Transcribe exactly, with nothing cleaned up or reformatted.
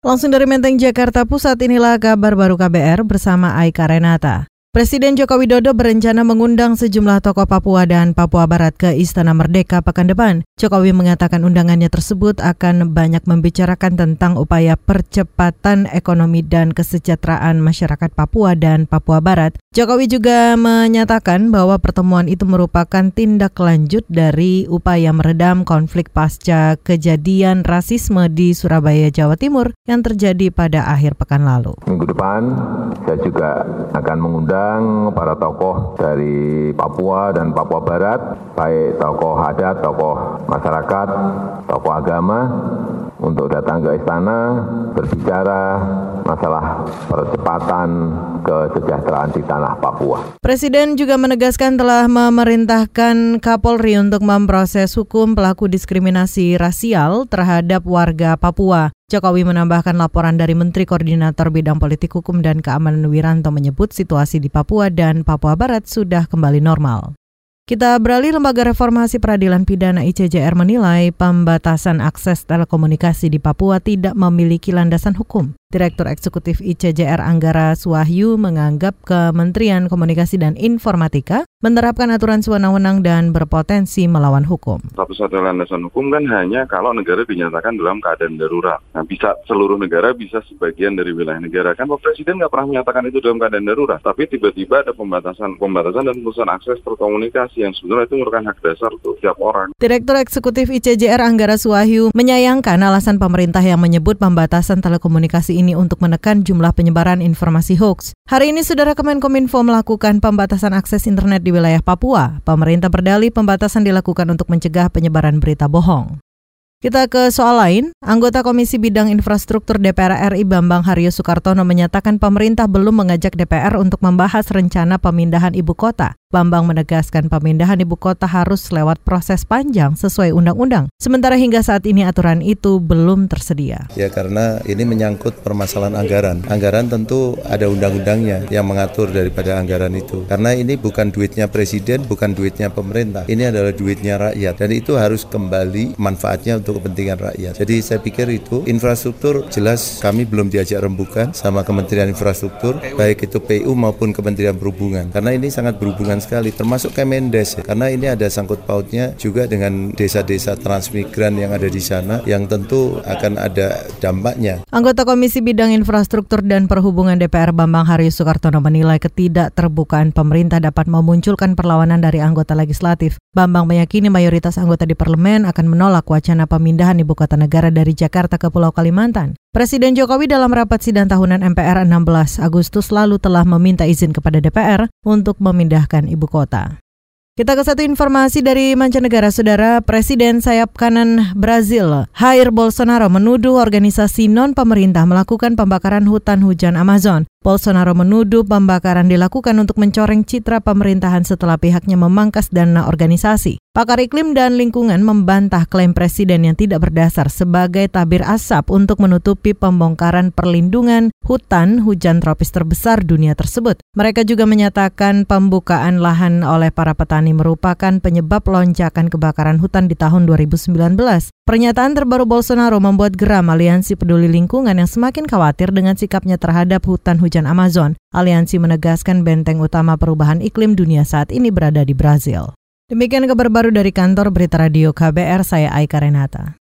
Langsung dari Menteng, Jakarta Pusat, inilah kabar baru K B R bersama Aika Renata. Presiden Joko Widodo berencana mengundang sejumlah tokoh Papua dan Papua Barat ke Istana Merdeka pekan depan. Jokowi mengatakan undangannya tersebut akan banyak membicarakan tentang upaya percepatan ekonomi dan kesejahteraan masyarakat Papua dan Papua Barat. Jokowi juga menyatakan bahwa pertemuan itu merupakan tindak lanjut dari upaya meredam konflik pasca kejadian rasisme di Surabaya, Jawa Timur yang terjadi pada akhir pekan lalu. Minggu depan saya juga akan mengundang para tokoh dari Papua dan Papua Barat, baik tokoh adat, tokoh masyarakat, tokoh agama, untuk datang ke istana berbicara masalah percepatan kesejahteraan di tanah Papua. Presiden juga menegaskan telah memerintahkan Kapolri untuk memproses hukum pelaku diskriminasi rasial terhadap warga Papua. Jokowi menambahkan laporan dari Menteri Koordinator Bidang Politik Hukum dan Keamanan Wiranto menyebut situasi di Papua dan Papua Barat sudah kembali normal. Kita beralih, Lembaga Reformasi Peradilan Pidana I C J R menilai pembatasan akses telekomunikasi di Papua tidak memiliki landasan hukum. Direktur Eksekutif I C J R Anggara Suwahyu menganggap Kementerian Komunikasi dan Informatika menerapkan aturan sewenang-wenang dan berpotensi melawan hukum. Satu-satu landasan hukum kan hanya kalau negara dinyatakan dalam keadaan darurat. Nah, bisa seluruh negara, bisa sebagian dari wilayah negara. Kan Pak Presiden nggak pernah menyatakan itu dalam keadaan darurat. Tapi tiba-tiba ada pembatasan, pembatasan dan pembatasan akses telekomunikasi yang sebenarnya itu merupakan hak dasar untuk setiap orang. Direktur Eksekutif I C J R Anggara Suwahyu menyayangkan alasan pemerintah yang menyebut pembatasan telekomunikasi ini untuk menekan jumlah penyebaran informasi hoax. Hari ini, Saudara, Kemenkominfo melakukan pembatasan akses internet di wilayah Papua. Pemerintah berdalih pembatasan dilakukan untuk mencegah penyebaran berita bohong. Kita ke soal lain. Anggota Komisi Bidang Infrastruktur D P R R I Bambang Haryo Soekartono menyatakan pemerintah belum mengajak D P R untuk membahas rencana pemindahan ibu kota. Bambang menegaskan pemindahan ibu kota harus lewat proses panjang sesuai undang-undang. Sementara hingga saat ini aturan itu belum tersedia. Ya, karena ini menyangkut permasalahan anggaran. Anggaran tentu ada undang-undangnya yang mengatur daripada anggaran itu. Karena ini bukan duitnya presiden, bukan duitnya pemerintah. Ini adalah duitnya rakyat. Dan itu harus kembali manfaatnya untuk kepentingan rakyat. Jadi saya pikir itu infrastruktur jelas kami belum diajak rembukan sama Kementerian Infrastruktur, baik itu P U maupun Kementerian Perhubungan. Karena ini sangat berhubungan sekali, termasuk Kemendes, ya. Karena ini ada sangkut pautnya juga dengan desa-desa transmigran yang ada di sana, yang tentu akan ada dampaknya. Anggota Komisi Bidang Infrastruktur dan Perhubungan D P R Bambang Haryo Soekartono menilai ketidakterbukaan pemerintah dapat memunculkan perlawanan dari anggota legislatif. Bambang meyakini mayoritas anggota di parlemen akan menolak wacana pemindahan ibu kota negara dari Jakarta ke Pulau Kalimantan. Presiden Jokowi dalam rapat sidang tahunan M P R enam belas Agustus lalu telah meminta izin kepada D P R untuk memindahkan ibu kota. Kita ke satu informasi dari mancanegara, Saudara. Presiden sayap kanan Brazil, Jair Bolsonaro, menuduh organisasi non-pemerintah melakukan pembakaran hutan hujan Amazon. Bolsonaro menuduh pembakaran dilakukan untuk mencoreng citra pemerintahan setelah pihaknya memangkas dana organisasi. Pakar iklim dan lingkungan membantah klaim presiden yang tidak berdasar sebagai tabir asap untuk menutupi pembongkaran perlindungan hutan hujan tropis terbesar dunia tersebut. Mereka juga menyatakan pembukaan lahan oleh para petani merupakan penyebab lonjakan kebakaran hutan di tahun dua ribu sembilan belas. Pernyataan terbaru Bolsonaro membuat geram Aliansi Peduli Lingkungan yang semakin khawatir dengan sikapnya terhadap hutan hujan Amazon. Aliansi menegaskan benteng utama perubahan iklim dunia saat ini berada di Brazil. Demikian kabar baru dari kantor Berita Radio K B R, saya Aika Renata.